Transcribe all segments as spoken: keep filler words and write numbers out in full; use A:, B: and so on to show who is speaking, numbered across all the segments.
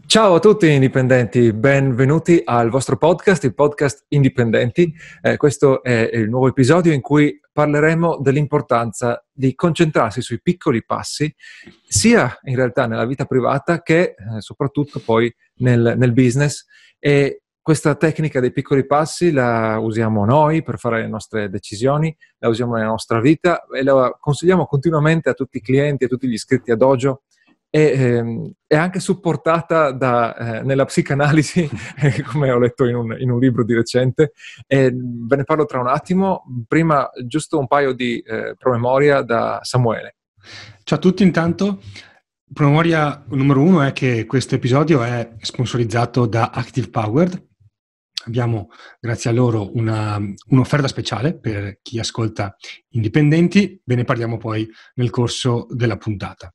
A: Ciao a tutti indipendenti, benvenuti al vostro podcast, il podcast Indipendenti. Eh, questo è il nuovo episodio in cui parleremo dell'importanza di concentrarsi sui piccoli passi, sia in realtà nella vita privata che eh, soprattutto poi nel, nel business. E questa tecnica dei piccoli passi la usiamo noi per fare le nostre decisioni, la usiamo nella nostra vita e la consigliamo continuamente a tutti i clienti, a tutti gli iscritti a Dojo. E, ehm, è anche supportata da, eh, nella psicanalisi, eh, come ho letto in un, in un libro di recente, e ve ne parlo tra un attimo. Prima giusto un paio di eh, promemoria da Samuele.
B: Ciao a tutti, intanto promemoria numero uno è che questo episodio è sponsorizzato da Active Powered. Abbiamo, grazie a loro, una, un'offerta speciale per chi ascolta Indipendenti. Ve ne parliamo poi nel corso della puntata.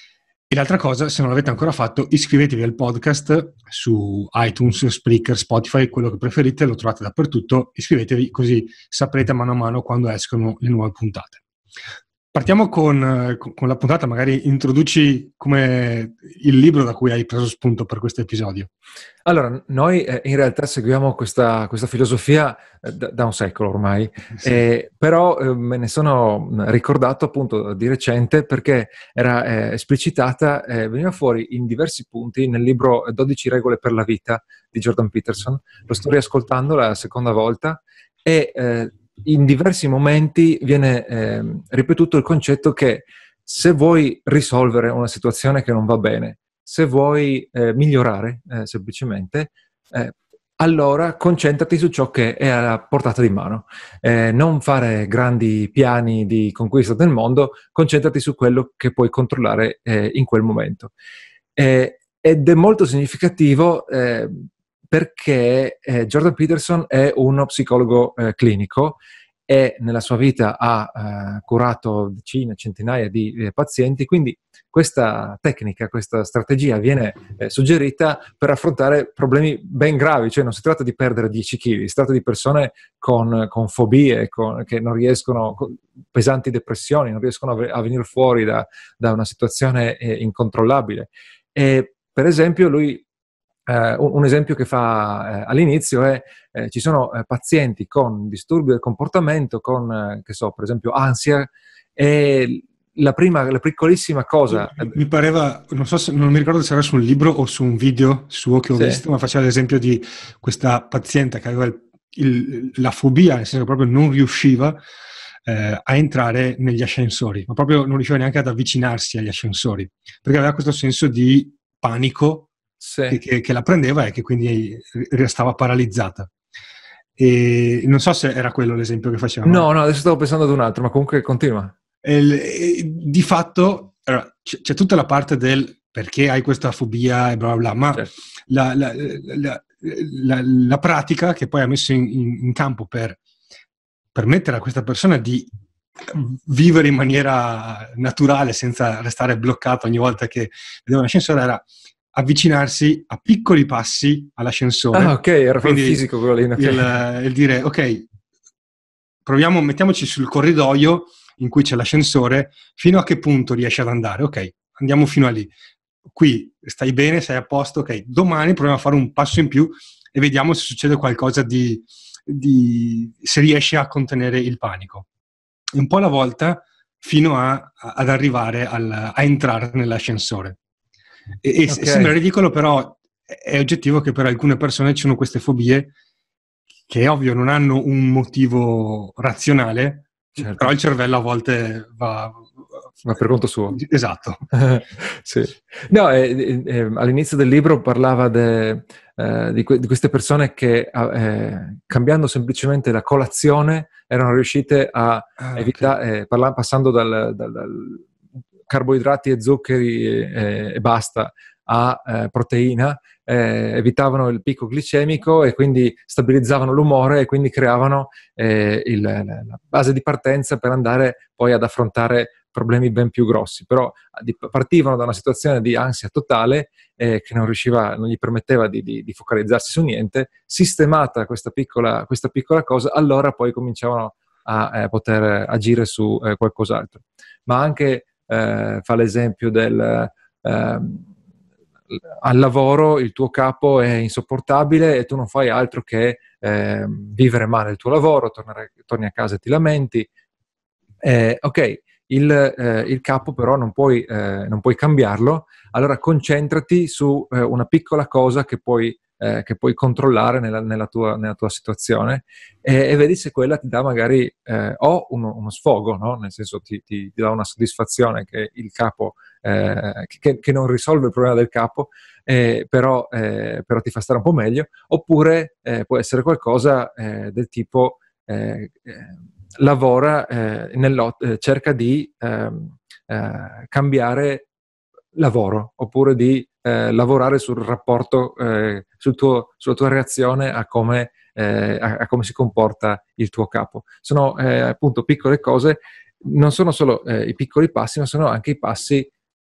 B: E l'altra cosa, se non l'avete ancora fatto, iscrivetevi al podcast su iTunes, Spreaker, Spotify, quello che preferite, lo trovate dappertutto. Iscrivetevi così saprete mano a mano quando escono le nuove puntate. Partiamo con, con la puntata, magari introduci come il libro da cui hai preso spunto per questo episodio.
A: Allora, noi eh, in realtà seguiamo questa, questa filosofia eh, da, da un secolo ormai, sì. eh, però eh, me ne sono ricordato appunto di recente perché era eh, esplicitata, eh, veniva fuori in diversi punti nel libro dodici regole per la vita di Jordan Peterson. Lo sto riascoltando la seconda volta e eh, in diversi momenti viene eh, ripetuto il concetto che se vuoi risolvere una situazione che non va bene, se vuoi eh, migliorare eh, semplicemente, eh, allora concentrati su ciò che è alla portata di mano. Eh, non fare grandi piani di conquista del mondo, concentrati su quello che puoi controllare eh, in quel momento. Eh, ed è molto significativo eh, perché eh, Jordan Peterson è uno psicologo eh, clinico e nella sua vita ha eh, curato decine, centinaia di eh, pazienti, quindi questa tecnica, questa strategia viene eh, suggerita per affrontare problemi ben gravi, cioè non si tratta di perdere dieci chili, si tratta di persone con, con fobie, con, che non riescono, con pesanti depressioni, non riescono a, a venire fuori da, da una situazione eh, incontrollabile. E per esempio lui Uh, un esempio che fa uh, all'inizio è eh, ci sono uh, pazienti con disturbi del comportamento, con, uh, che so, per esempio ansia, e la prima, la piccolissima cosa...
B: Mi, mi pareva, non so se, non mi ricordo se era su un libro o su un video suo che ho sì. visto, ma faceva l'esempio di questa paziente che aveva il, il, la fobia, nel senso che proprio non riusciva eh, a entrare negli ascensori, ma proprio non riusciva neanche ad avvicinarsi agli ascensori, perché aveva questo senso di panico Sì. Che, che, che la prendeva e che quindi restava paralizzata. E non so se era quello l'esempio che faceva.
A: No, no, adesso stavo pensando ad un altro, ma comunque continua.
B: E, e, di fatto allora, c'è, c'è tutta la parte del perché hai questa fobia e bla bla bla, ma certo. la, la, la, la, la pratica che poi ha messo in, in, in campo per permettere a questa persona di vivere in maniera naturale senza restare bloccato ogni volta che vedeva un ascensore era avvicinarsi a piccoli passi all'ascensore.
A: Ah, ok, era proprio fisico quello lì. Okay.
B: Il, il dire, ok, proviamo, mettiamoci sul corridoio in cui c'è l'ascensore, fino a che punto riesci ad andare? Ok, andiamo fino a lì. Qui stai bene, sei a posto, ok, domani proviamo a fare un passo in più e vediamo se succede qualcosa di, di se riesci a contenere il panico. Un po' alla volta fino a, a, ad arrivare al, a entrare nell'ascensore. E, e okay. Sembra ridicolo, però è oggettivo che per alcune persone ci sono queste fobie che ovvio non hanno un motivo razionale, certo. Però il cervello a volte va,
A: va per conto suo.
B: Esatto.
A: Sì. No, eh, eh, all'inizio del libro parlava de, eh, di, que- di queste persone che eh, cambiando semplicemente la colazione erano riuscite a ah, evitare, okay. eh, parla- passando dal, dal, dal carboidrati e zuccheri e, e basta a eh, proteina, eh, evitavano il picco glicemico e quindi stabilizzavano l'umore e quindi creavano eh, il, la base di partenza per andare poi ad affrontare problemi ben più grossi. Però partivano da una situazione di ansia totale eh, che non riusciva, non gli permetteva di, di, di focalizzarsi su niente. Sistemata questa piccola, questa piccola cosa, allora poi cominciavano a eh, poter agire su eh, qualcos'altro. Ma anche Eh, fa l'esempio del eh, al lavoro il tuo capo è insopportabile e tu non fai altro che eh, vivere male il tuo lavoro, tornare, torni a casa e ti lamenti. Eh, ok, il, eh, il capo però non puoi, eh, non puoi cambiarlo, allora concentrati su eh, una piccola cosa che puoi, eh, che puoi controllare nella, nella, tua, nella tua situazione e, e vedi se quella ti dà magari eh, o uno, uno sfogo, no? Nel senso ti, ti, ti dà una soddisfazione che il capo, eh, che, che non risolve il problema del capo, eh, però, eh, però ti fa stare un po' meglio, oppure eh, può essere qualcosa eh, del tipo eh, eh, lavora, eh, nell'ot- eh, cerca di ehm, eh, cambiare lavoro, oppure di eh, lavorare sul rapporto, eh, sul tuo, sulla tua reazione a come, eh, a, a come si comporta il tuo capo. Sono eh, appunto piccole cose, non sono solo eh, i piccoli passi, ma sono anche i passi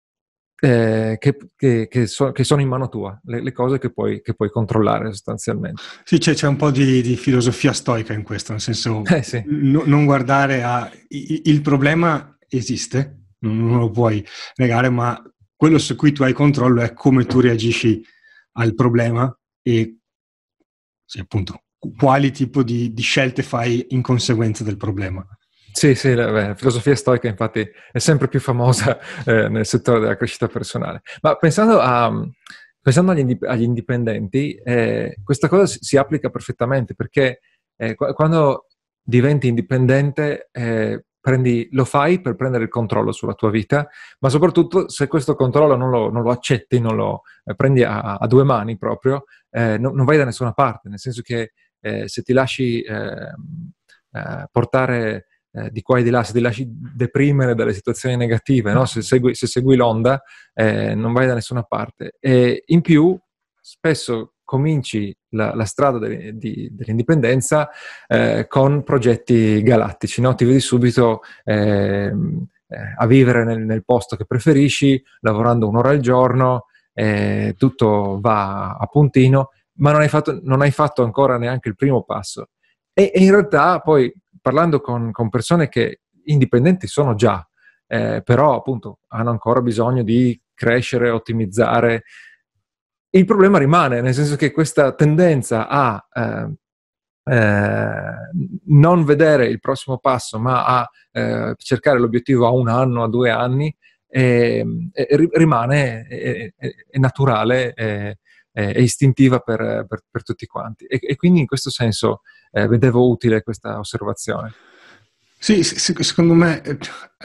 A: eh, che, che, che, so, che sono in mano tua, le, le cose che puoi, che puoi controllare sostanzialmente.
B: Sì, c'è, c'è un po' di, di filosofia stoica in questo, nel senso
A: Eh sì.
B: no, non guardare a... Il, il problema esiste, non, non lo puoi negare, ma quello su cui tu hai controllo è come tu reagisci al problema e sì, appunto quali tipo di, di scelte fai in conseguenza del problema.
A: Sì, sì, la, beh, la filosofia stoica infatti è sempre più famosa eh, nel settore della crescita personale. Ma pensando, a, pensando agli, indip- agli indipendenti, eh, questa cosa si, si applica perfettamente perché eh, qu- quando diventi indipendente eh, prendi, lo fai per prendere il controllo sulla tua vita, ma soprattutto se questo controllo non lo, non lo accetti, non lo eh, prendi a, a due mani proprio, eh, no, non vai da nessuna parte, nel senso che eh, se ti lasci eh, eh, portare Eh, di qua e di là, se ti lasci deprimere dalle situazioni negative, no? se, segui, se segui l'onda, eh, non vai da nessuna parte. E in più, spesso cominci la, la strada de, di, dell'indipendenza eh, con progetti galattici, no? Ti vedi subito eh, a vivere nel, nel posto che preferisci, lavorando un'ora al giorno, eh, tutto va a puntino, ma non hai fatto, non hai fatto ancora neanche il primo passo. E, e in realtà poi parlando con, con persone che indipendenti sono già, eh, però appunto hanno ancora bisogno di crescere, ottimizzare. Il problema rimane, nel senso che questa tendenza a eh, eh, non vedere il prossimo passo, ma a eh, cercare l'obiettivo a un anno, a due anni, eh, eh, rimane è, è, è naturale, è, è istintiva per, per, per tutti quanti. E, e quindi in questo senso eh, vedevo utile questa osservazione.
B: Sì, sì, secondo me eh,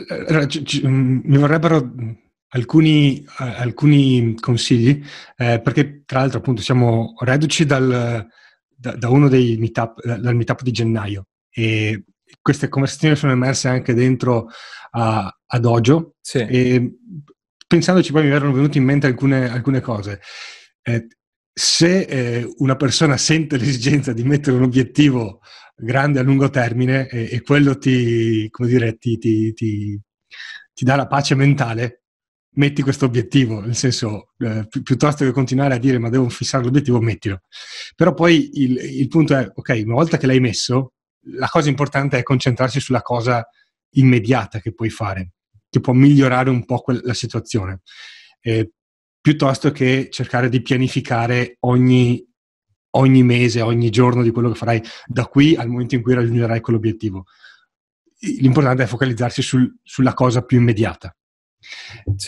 B: mi vorrebbero alcuni, alcuni consigli, eh, perché tra l'altro appunto siamo reduci dal, da, da uno dei meetup, dal meetup di gennaio e queste conversazioni sono emerse anche dentro a, a Dojo
A: sì.
B: E pensandoci poi mi erano venute in mente alcune, alcune cose. Eh, se eh, una persona sente l'esigenza di mettere un obiettivo grande a lungo termine e, e quello ti, come dire, ti, ti, ti, ti dà la pace mentale, metti questo obiettivo, nel senso, eh, pi- piuttosto che continuare a dire ma devo fissare l'obiettivo, mettilo. Però poi il, il punto è, ok, una volta che l'hai messo, la cosa importante è concentrarsi sulla cosa immediata che puoi fare, che può migliorare un po' quel, la situazione, eh, piuttosto che cercare di pianificare ogni ogni mese, ogni giorno di quello che farai da qui al momento in cui raggiungerai quell'obiettivo. L'importante è focalizzarsi sul, sulla cosa più immediata.
A: Sì.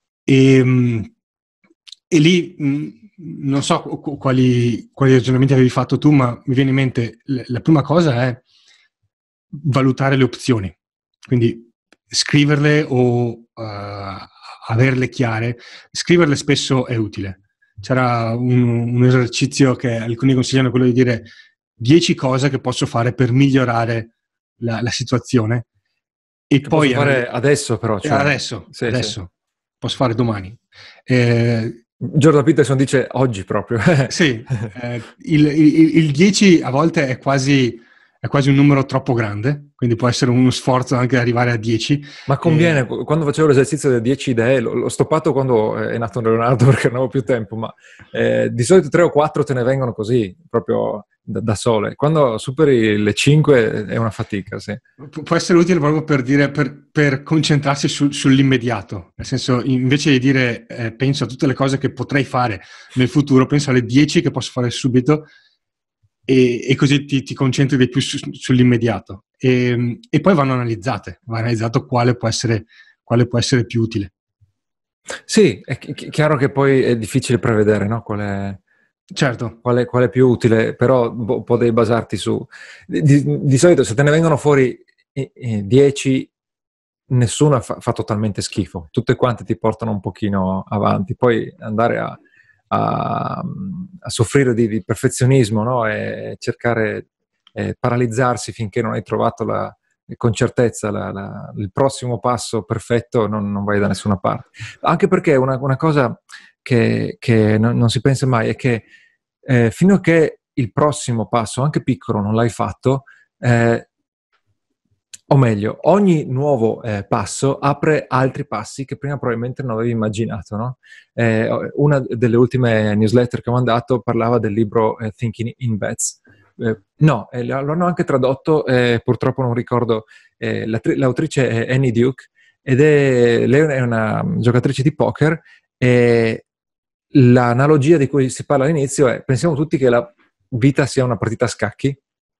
B: E, e lì non so quali, quali ragionamenti avevi fatto tu, ma mi viene in mente la prima cosa è valutare le opzioni. Quindi scriverle o uh, averle chiare. Scriverle spesso è utile. C'era un, un esercizio che alcuni consigliano, quello di dire dieci cose che posso fare per migliorare la, la situazione e
A: che
B: poi
A: posso fare adesso però, cioè,
B: adesso,
A: sì,
B: adesso
A: sì.
B: posso fare domani. Eh,
A: Jordan Peterson dice oggi proprio.
B: sì, eh, il, il, il dieci a volte è quasi, è quasi un numero troppo grande, quindi può essere uno sforzo anche arrivare a dieci.
A: Ma conviene, eh, quando facevo l'esercizio delle dieci idee, l'ho, l'ho stoppato quando è nato Leonardo perché non avevo più tempo, ma eh, di solito tre o quattro te ne vengono così, proprio da, da sole. Quando superi le cinque è una fatica, sì.
B: Pu- Può essere utile proprio per dire, per, per concentrarsi sul- sull'immediato, nel senso, invece di dire eh, penso a tutte le cose che potrei fare nel futuro, penso alle dieci che posso fare subito e, e così ti, ti concentri di più su- sull'immediato. E, e poi vanno analizzate, va analizzato quale può essere, quale può essere più utile.
A: Sì, è chi- chiaro che poi è difficile prevedere, no? Qual è,
B: Certo,
A: qual è, qual è più utile, però un po' devi basarti su... Di, di- di solito se te ne vengono fuori eh, eh, dieci, nessuna fa, fa totalmente schifo, tutte quante ti portano un pochino avanti, poi andare a, a, a soffrire di, di perfezionismo, no? E cercare, eh, paralizzarsi finché non hai trovato la, con certezza la, la, il prossimo passo perfetto, non, non vai da nessuna parte. Anche perché una, una cosa che, che non, non si pensa mai è che eh, fino a che il prossimo passo, anche piccolo, non l'hai fatto, eh, o meglio, ogni nuovo eh, passo apre altri passi che prima probabilmente non avevi immaginato, no? Eh, una delle ultime newsletter che ho mandato parlava del libro eh, Thinking in Bets. Eh, no, eh, l'hanno anche tradotto, eh, purtroppo non ricordo, eh, l'autrice è Annie Duke ed è, lei è una giocatrice di poker e l'analogia di cui si parla all'inizio è: pensiamo tutti che la vita sia una partita a scacchi,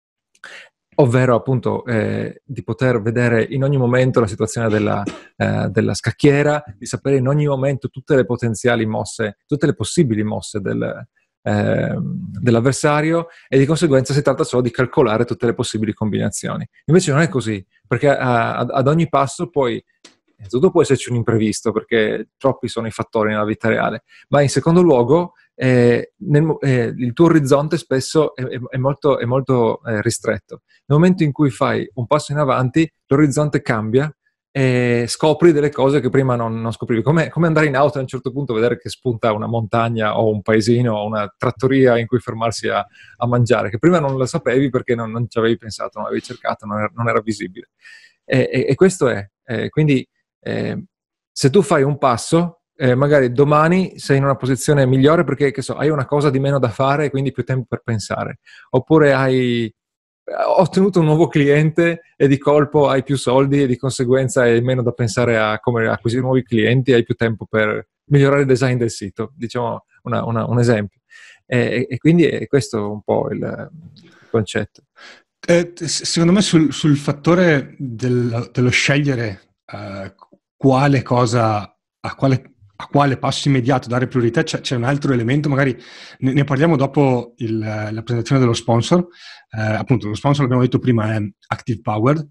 A: ovvero appunto eh, di poter vedere in ogni momento la situazione della, eh, della scacchiera, di sapere in ogni momento tutte le potenziali mosse, tutte le possibili mosse del, eh, dell'avversario, e di conseguenza si tratta solo di calcolare tutte le possibili combinazioni. Invece non è così, perché a, a, ad ogni passo poi tutto può esserci un imprevisto, perché troppi sono i fattori nella vita reale, ma in secondo luogo eh, nel, eh, il tuo orizzonte spesso è, è, è molto, è molto eh, ristretto. Nel momento in cui fai un passo in avanti, l'orizzonte cambia e scopri delle cose che prima non, non scoprivi. Come, come andare in auto e a un certo punto vedere che spunta una montagna o un paesino o una trattoria in cui fermarsi a, a mangiare, che prima non lo sapevi perché non, non ci avevi pensato, non avevi cercato, non era, non era visibile. E, e, e questo è. Eh, quindi eh, se tu fai un passo, eh, magari domani sei in una posizione migliore perché, che so, hai una cosa di meno da fare e quindi più tempo per pensare. Oppure hai ottenuto un nuovo cliente e di colpo hai più soldi e di conseguenza hai meno da pensare a come acquisire nuovi clienti, hai più tempo per migliorare il design del sito, diciamo una, una, un esempio. E, e quindi è questo un po' il, il concetto.
B: Eh, secondo me sul, sul fattore del, dello scegliere eh, quale cosa, a quale, a quale passo immediato dare priorità, c'è, c'è un altro elemento, magari ne, ne parliamo dopo il, la presentazione dello sponsor. Eh, appunto, lo sponsor, l'abbiamo detto prima, è Active Powered,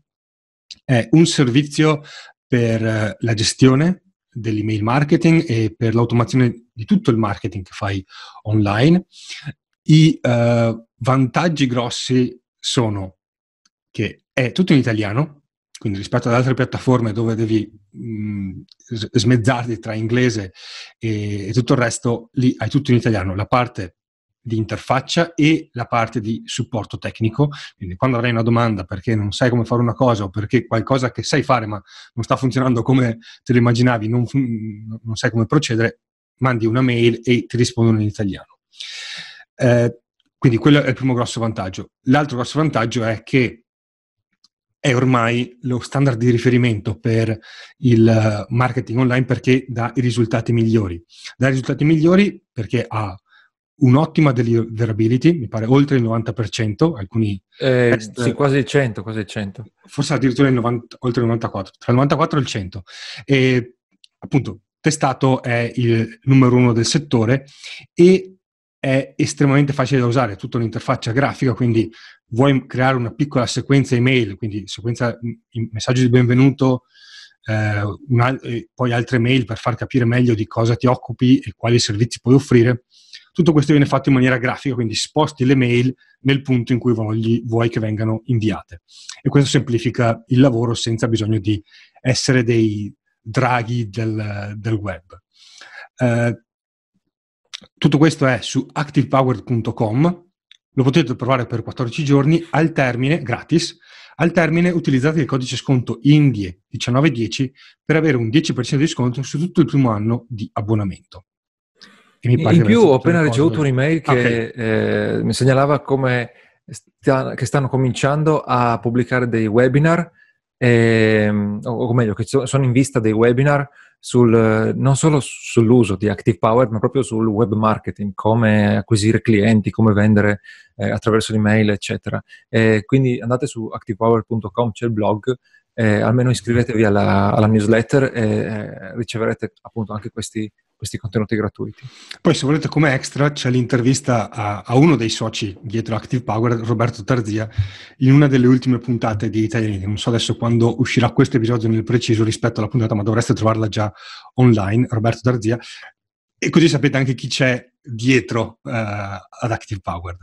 B: è un servizio per eh, la gestione dell'email marketing e per l'automazione di tutto il marketing che fai online. I eh, vantaggi grossi sono che è tutto in italiano, quindi rispetto ad altre piattaforme dove devi mh, smezzarti tra inglese e, e tutto il resto, lì hai tutto in italiano, la parte di interfaccia e la parte di supporto tecnico. Quindi quando avrai una domanda perché non sai come fare una cosa o perché qualcosa che sai fare ma non sta funzionando come te lo immaginavi, non, non sai come procedere, mandi una mail e ti rispondono in italiano. Eh, quindi quello è il primo grosso vantaggio. L'altro grosso vantaggio è che è ormai lo standard di riferimento per il marketing online perché dà i risultati migliori. Dà i risultati migliori perché ha un'ottima deliverability, mi pare oltre il novanta per cento, alcuni
A: Eh,
B: test,
A: sì, quasi il cento, quasi il cento.
B: forse addirittura il novanta, oltre il novantaquattro, tra il novantaquattro e il cento. E appunto testato è il numero uno del settore e è estremamente facile da usare, tutta un'interfaccia grafica, quindi vuoi creare una piccola sequenza email, quindi sequenza messaggio di benvenuto, eh, una, e poi altre mail per far capire meglio di cosa ti occupi e quali servizi puoi offrire. Tutto questo viene fatto in maniera grafica, quindi sposti le mail nel punto in cui vogli, vuoi che vengano inviate. E questo semplifica il lavoro senza bisogno di essere dei draghi del, del web. Eh, tutto questo è su active powered punto com, lo potete provare per quattordici giorni, al termine, gratis, al termine utilizzate il codice sconto I N D I E millenovecentodieci per avere un dieci per cento di sconto su tutto il primo anno di abbonamento. E mi pare
A: In
B: che
A: più
B: avesse
A: ho
B: fatto
A: appena
B: le cose
A: ricevuto
B: così.
A: un'email che
B: Ok.
A: eh, mi segnalava come sta- che stanno cominciando a pubblicare dei webinar, ehm, o, o meglio, che so- sono in vista dei webinar sul, eh, non solo sull'uso di Active Power, ma proprio sul web marketing, come acquisire clienti, come vendere eh, attraverso l'email, eccetera. E quindi andate su active power punto com, c'è il blog, eh, almeno iscrivetevi alla, alla newsletter e eh, riceverete appunto anche questi questi contenuti gratuiti.
B: Poi se volete come extra c'è l'intervista a, a uno dei soci dietro Active Power, Roberto Tarzia, in una delle ultime puntate di Italiani. Non so adesso quando uscirà questo episodio nel preciso rispetto alla puntata, ma dovreste trovarla già online, Roberto Tarzia, e così sapete anche chi c'è dietro uh, ad Active Power.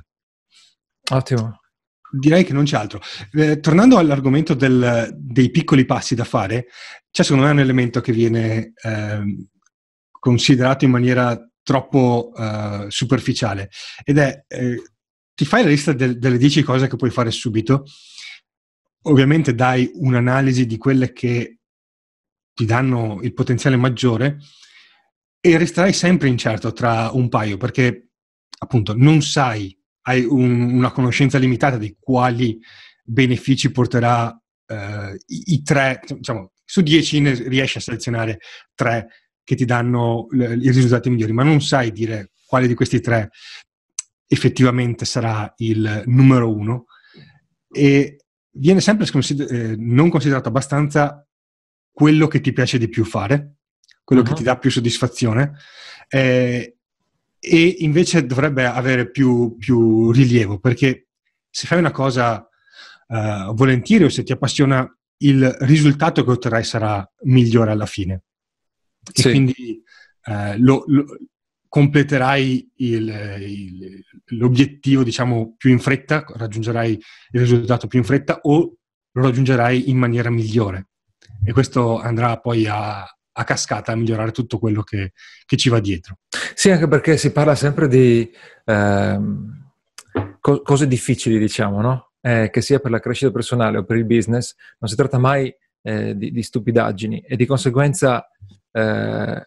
A: Ottimo.
B: Direi che non c'è altro. Eh, tornando all'argomento del, dei piccoli passi da fare, c'è secondo me un elemento che viene eh, considerato in maniera troppo eh, superficiale ed è eh, ti fai la lista del, delle dieci cose che puoi fare subito, ovviamente dai un'analisi di quelle che ti danno il potenziale maggiore e resterai sempre incerto tra un paio perché appunto non sai, hai un, una conoscenza limitata di quali benefici porterà eh, i, i tre, diciamo, su dieci ne riesci a selezionare tre che ti danno le, i risultati migliori, ma non sai dire quale di questi tre effettivamente sarà il numero uno e viene sempre sconsider- eh, non considerato abbastanza quello che ti piace di più fare, quello uh-huh. che ti dà più soddisfazione, eh, e invece dovrebbe avere più, più rilievo, perché se fai una cosa uh, volentieri o se ti appassiona, il risultato che otterrai sarà migliore alla fine. Sì. E quindi uh, lo, lo, completerai il, il, l'obiettivo, diciamo, più in fretta, raggiungerai il risultato più in fretta o lo raggiungerai in maniera migliore. E questo andrà poi a, a cascata a migliorare tutto quello che, che ci va dietro.
A: Sì, anche perché si parla sempre di ehm, co- cose difficili, diciamo, no? Eh, che sia per la crescita personale o per il business, non si tratta mai eh, di, di stupidaggini e di conseguenza eh,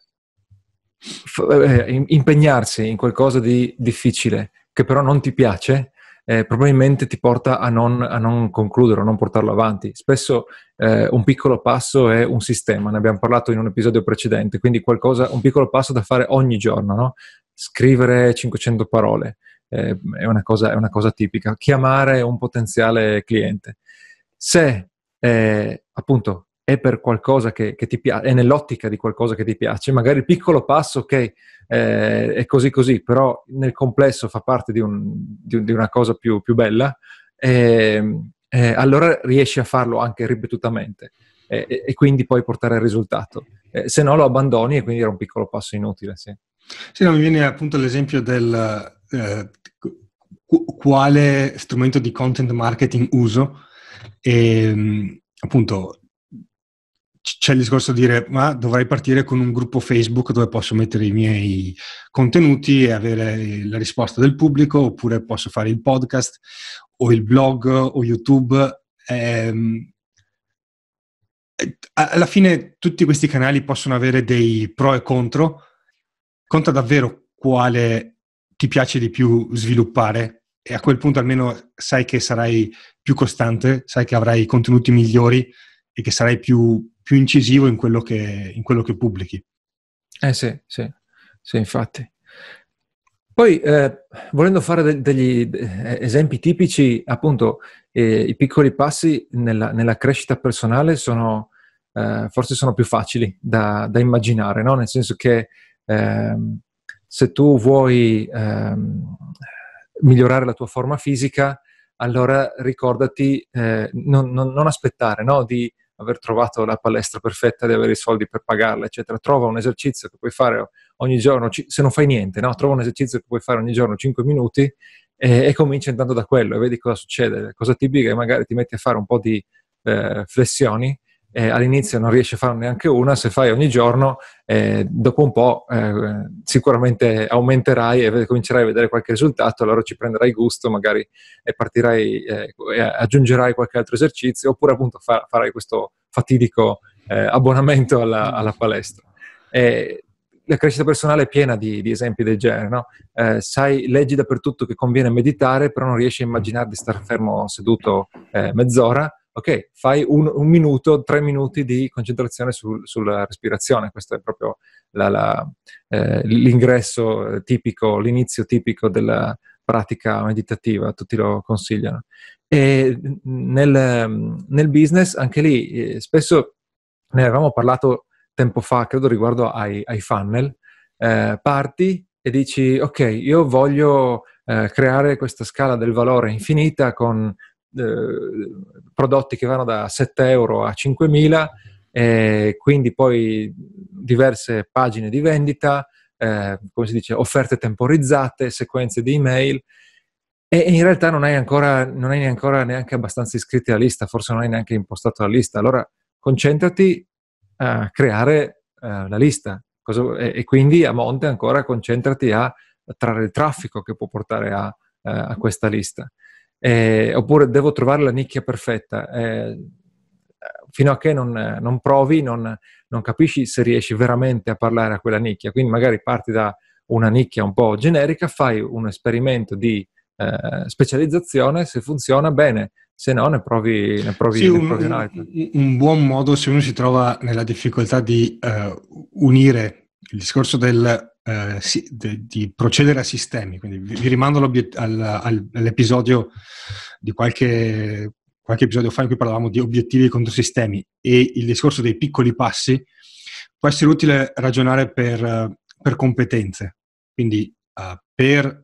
A: f- eh, impegnarsi in qualcosa di difficile che però non ti piace, Eh, probabilmente ti porta a non, a non concludere, a non portarlo avanti. Spesso eh, un piccolo passo è un sistema, ne abbiamo parlato in un episodio precedente, quindi qualcosa, un piccolo passo da fare ogni giorno, no? Scrivere cinquecento parole eh, è una cosa, è una cosa tipica, chiamare un potenziale cliente. Se eh, appunto è per qualcosa che, che ti piace, è nell'ottica di qualcosa che ti piace, magari il piccolo passo, ok, eh, è così così, però nel complesso fa parte di, un, di, di una cosa più, più bella, eh, eh, allora riesci a farlo anche ripetutamente eh, e, e quindi poi portare il risultato. Eh, se no lo abbandoni e quindi era un piccolo passo inutile, sì.
B: Sì, no, mi viene appunto l'esempio del eh, quale strumento di content marketing uso e appunto c'è il discorso di dire ma dovrei partire con un gruppo Facebook dove posso mettere i miei contenuti e avere la risposta del pubblico, oppure posso fare il podcast o il blog o YouTube. Ehm, alla fine tutti questi canali possono avere dei pro e contro. Conta davvero quale ti piace di più sviluppare e a quel punto almeno sai che sarai più costante, sai che avrai contenuti migliori e che sarai più, più incisivo in quello che, in quello che pubblichi.
A: Eh sì, sì, sì, infatti. Poi, eh, volendo fare de- degli eh, esempi tipici, appunto, eh, i piccoli passi nella, nella crescita personale sono, eh, forse sono più facili da, da immaginare, no? Nel senso che ehm, se tu vuoi ehm, migliorare la tua forma fisica, allora ricordati, eh, non, non, non aspettare, no? Di aver trovato la palestra perfetta, di avere i soldi per pagarla, eccetera. Trova un esercizio che puoi fare ogni giorno, se non fai niente, no? Trova un esercizio che puoi fare ogni giorno cinque minuti e, e comincia intanto da quello e vedi cosa succede. La cosa tipica è che magari ti metti a fare un po' di eh, flessioni e all'inizio non riesci a farne neanche una, se fai ogni giorno, eh, dopo un po' eh, sicuramente aumenterai e comincerai a vedere qualche risultato, allora ci prenderai gusto magari e partirai eh, e aggiungerai qualche altro esercizio oppure appunto fa, farai questo fatidico eh, abbonamento alla, alla palestra. E la crescita personale è piena di, di esempi del genere, no? Eh, sai, leggi dappertutto che conviene meditare, però non riesci a immaginare di star fermo seduto eh, mezz'ora. Ok, fai un, un minuto, tre minuti di concentrazione sul, sulla respirazione. Questo è proprio la, la, eh, l'ingresso tipico, l'inizio tipico della pratica meditativa, tutti lo consigliano. E nel, nel business, anche lì, eh, spesso ne avevamo parlato tempo fa, credo riguardo ai, ai funnel, eh, parti e dici, ok, io voglio eh, creare questa scala del valore infinita con eh, prodotti che vanno da sette euro a cinquemila, eh, quindi poi diverse pagine di vendita, eh, come si dice, offerte temporizzate, sequenze di email, e in realtà non hai ancora, non hai ancora neanche abbastanza iscritti alla lista, forse non hai neanche impostato la lista. Allora concentrati a creare uh, la lista. Cosa, e, e quindi a monte ancora concentrati a, a trarre il traffico che può portare a, uh, a questa lista. Eh, oppure devo trovare la nicchia perfetta. Eh, fino a che non, non provi, non, non capisci se riesci veramente a parlare a quella nicchia. Quindi magari parti da una nicchia un po' generica, fai un esperimento di eh, specializzazione, se funziona bene, se no ne provi, ne provi,
B: sì,
A: ne
B: un,
A: provi
B: un,
A: un'altra.
B: un buon modo, se uno si trova nella difficoltà di uh, unire il discorso del, uh, si, de, di procedere a sistemi, quindi vi, vi rimando al, al, all'episodio di qualche, qualche episodio fa in cui parlavamo di obiettivi contro sistemi e il discorso dei piccoli passi, può essere utile ragionare per, uh, per competenze, quindi uh, per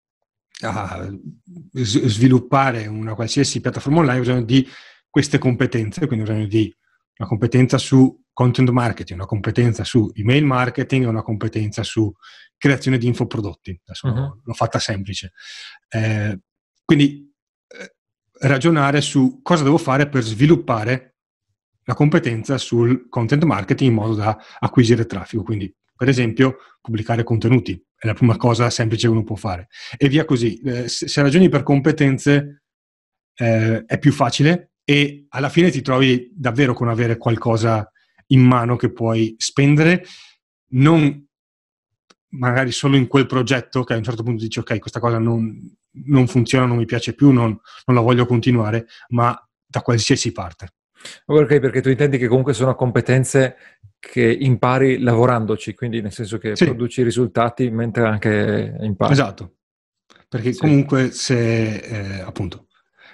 B: a sviluppare una qualsiasi piattaforma online, bisogno di queste competenze, quindi bisogno di una competenza su content marketing, una competenza su email marketing e una competenza su creazione di infoprodotti. Adesso uh-huh. l'ho, l'ho fatta semplice. Eh, quindi eh, ragionare su cosa devo fare per sviluppare la competenza sul content marketing in modo da acquisire traffico. Quindi, per esempio, pubblicare contenuti è la prima cosa semplice che uno può fare. E via così. Eh, se, se ragioni per competenze eh, è più facile e alla fine ti trovi davvero con avere qualcosa in mano che puoi spendere, non magari solo in quel progetto che a un certo punto dici ok, questa cosa non, non funziona, non mi piace più, non, non la voglio continuare, ma da qualsiasi parte.
A: Ok, perché tu intendi che comunque sono competenze che impari lavorandoci, quindi nel senso che sì. produci risultati mentre anche impari.
B: Esatto, perché sì. comunque se eh, appunto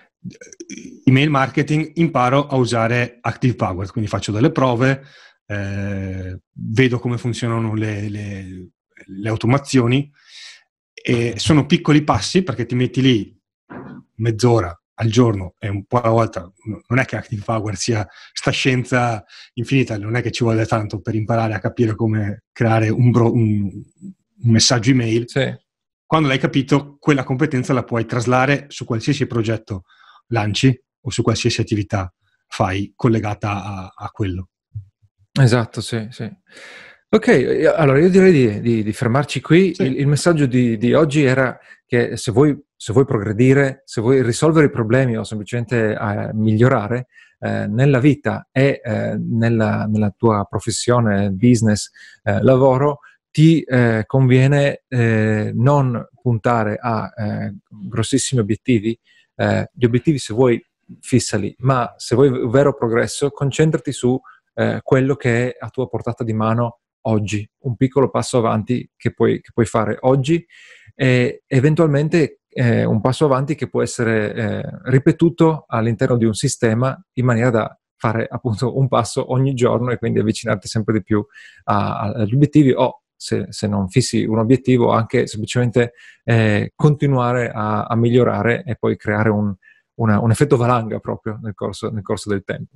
B: email marketing imparo a usare Active Power, quindi faccio delle prove, eh, vedo come funzionano le, le, le automazioni e sono piccoli passi perché ti metti lì mezz'ora al giorno e un po' alla volta. Non è che Active Power sia sta scienza infinita, non è che ci vuole tanto per imparare a capire come creare un, bro, un, un messaggio email.
A: Sì.
B: Quando l'hai capito, quella competenza la puoi traslare su qualsiasi progetto lanci o su qualsiasi attività fai collegata a, a quello.
A: Esatto, sì, sì. Ok, allora io direi di, di, di fermarci qui. Sì. Il, il messaggio di, di oggi era che se vuoi, se vuoi progredire, se vuoi risolvere i problemi o semplicemente eh, migliorare eh, nella vita e eh, nella, nella tua professione, business, eh, lavoro, ti eh, conviene eh, non puntare a eh, grossissimi obiettivi. Eh, gli obiettivi, se vuoi, fissali, ma se vuoi un vero progresso, concentrati su eh, quello che è a tua portata di mano oggi, un piccolo passo avanti che puoi, che puoi fare oggi e eventualmente eh, un passo avanti che può essere eh, ripetuto all'interno di un sistema in maniera da fare appunto un passo ogni giorno e quindi avvicinarti sempre di più a, a, agli obiettivi o se, se non fissi un obiettivo anche semplicemente eh, continuare a, a migliorare e poi creare un, una, un effetto valanga proprio nel corso, nel corso del tempo.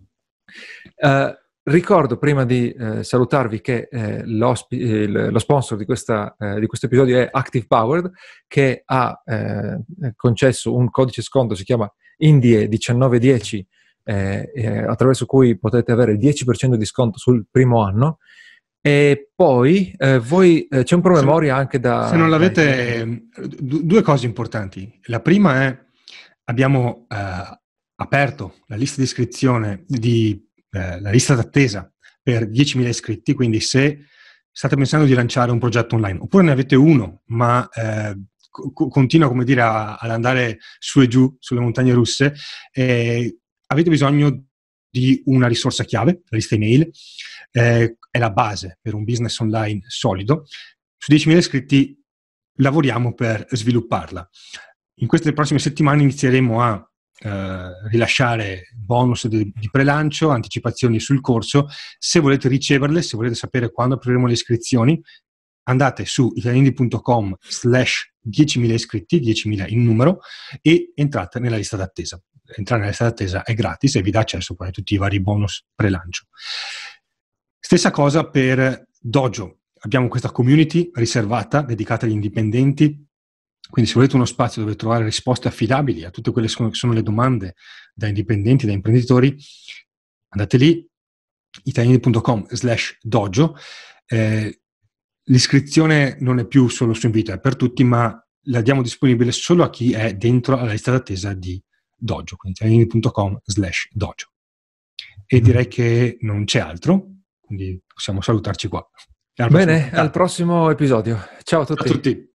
A: Uh, ricordo prima di uh, salutarvi che uh, il, lo sponsor di, questa, uh, di questo episodio è Active Powered, che ha concesso un codice sconto, si chiama Indie diciannove dieci, eh, eh, attraverso cui potete avere il dieci per cento di sconto sul primo anno. E poi eh, voi eh, c'è un promemoria anche da...
B: Se non l'avete, dai... due cose importanti. La prima è abbiamo eh, aperto la lista di iscrizione di eh, la lista d'attesa per diecimila iscritti, quindi se state pensando di lanciare un progetto online, oppure ne avete uno, ma eh, co- continua, come dire, a- ad andare su e giù sulle montagne russe, eh, avete bisogno di una risorsa chiave, la lista email, eh, è la base per un business online solido. Su diecimila iscritti lavoriamo per svilupparla. In queste prossime settimane inizieremo a eh, rilasciare bonus di, di prelancio, anticipazioni sul corso. Se volete riceverle, se volete sapere quando apriremo le iscrizioni, andate su italianindie.com slash diecimila iscritti, diecimila in numero, e entrate nella lista d'attesa. Entrare nella lista d'attesa è gratis e vi dà accesso poi a tutti i vari bonus prelancio. Stessa cosa per Dojo. Abbiamo questa community riservata, dedicata agli indipendenti, quindi se volete uno spazio dove trovare risposte affidabili a tutte quelle che sono le domande da indipendenti, da imprenditori, andate lì, italianindie.com slash dojo. Eh, l'iscrizione non è più solo su invito, è per tutti, ma la diamo disponibile solo a chi è dentro alla lista d'attesa di Dojo, quindi italianindie.com slash dojo. E direi che non c'è altro, quindi possiamo salutarci qua.
A: Bene, al prossimo episodio. Ciao a tutti.
B: Ciao a tutti.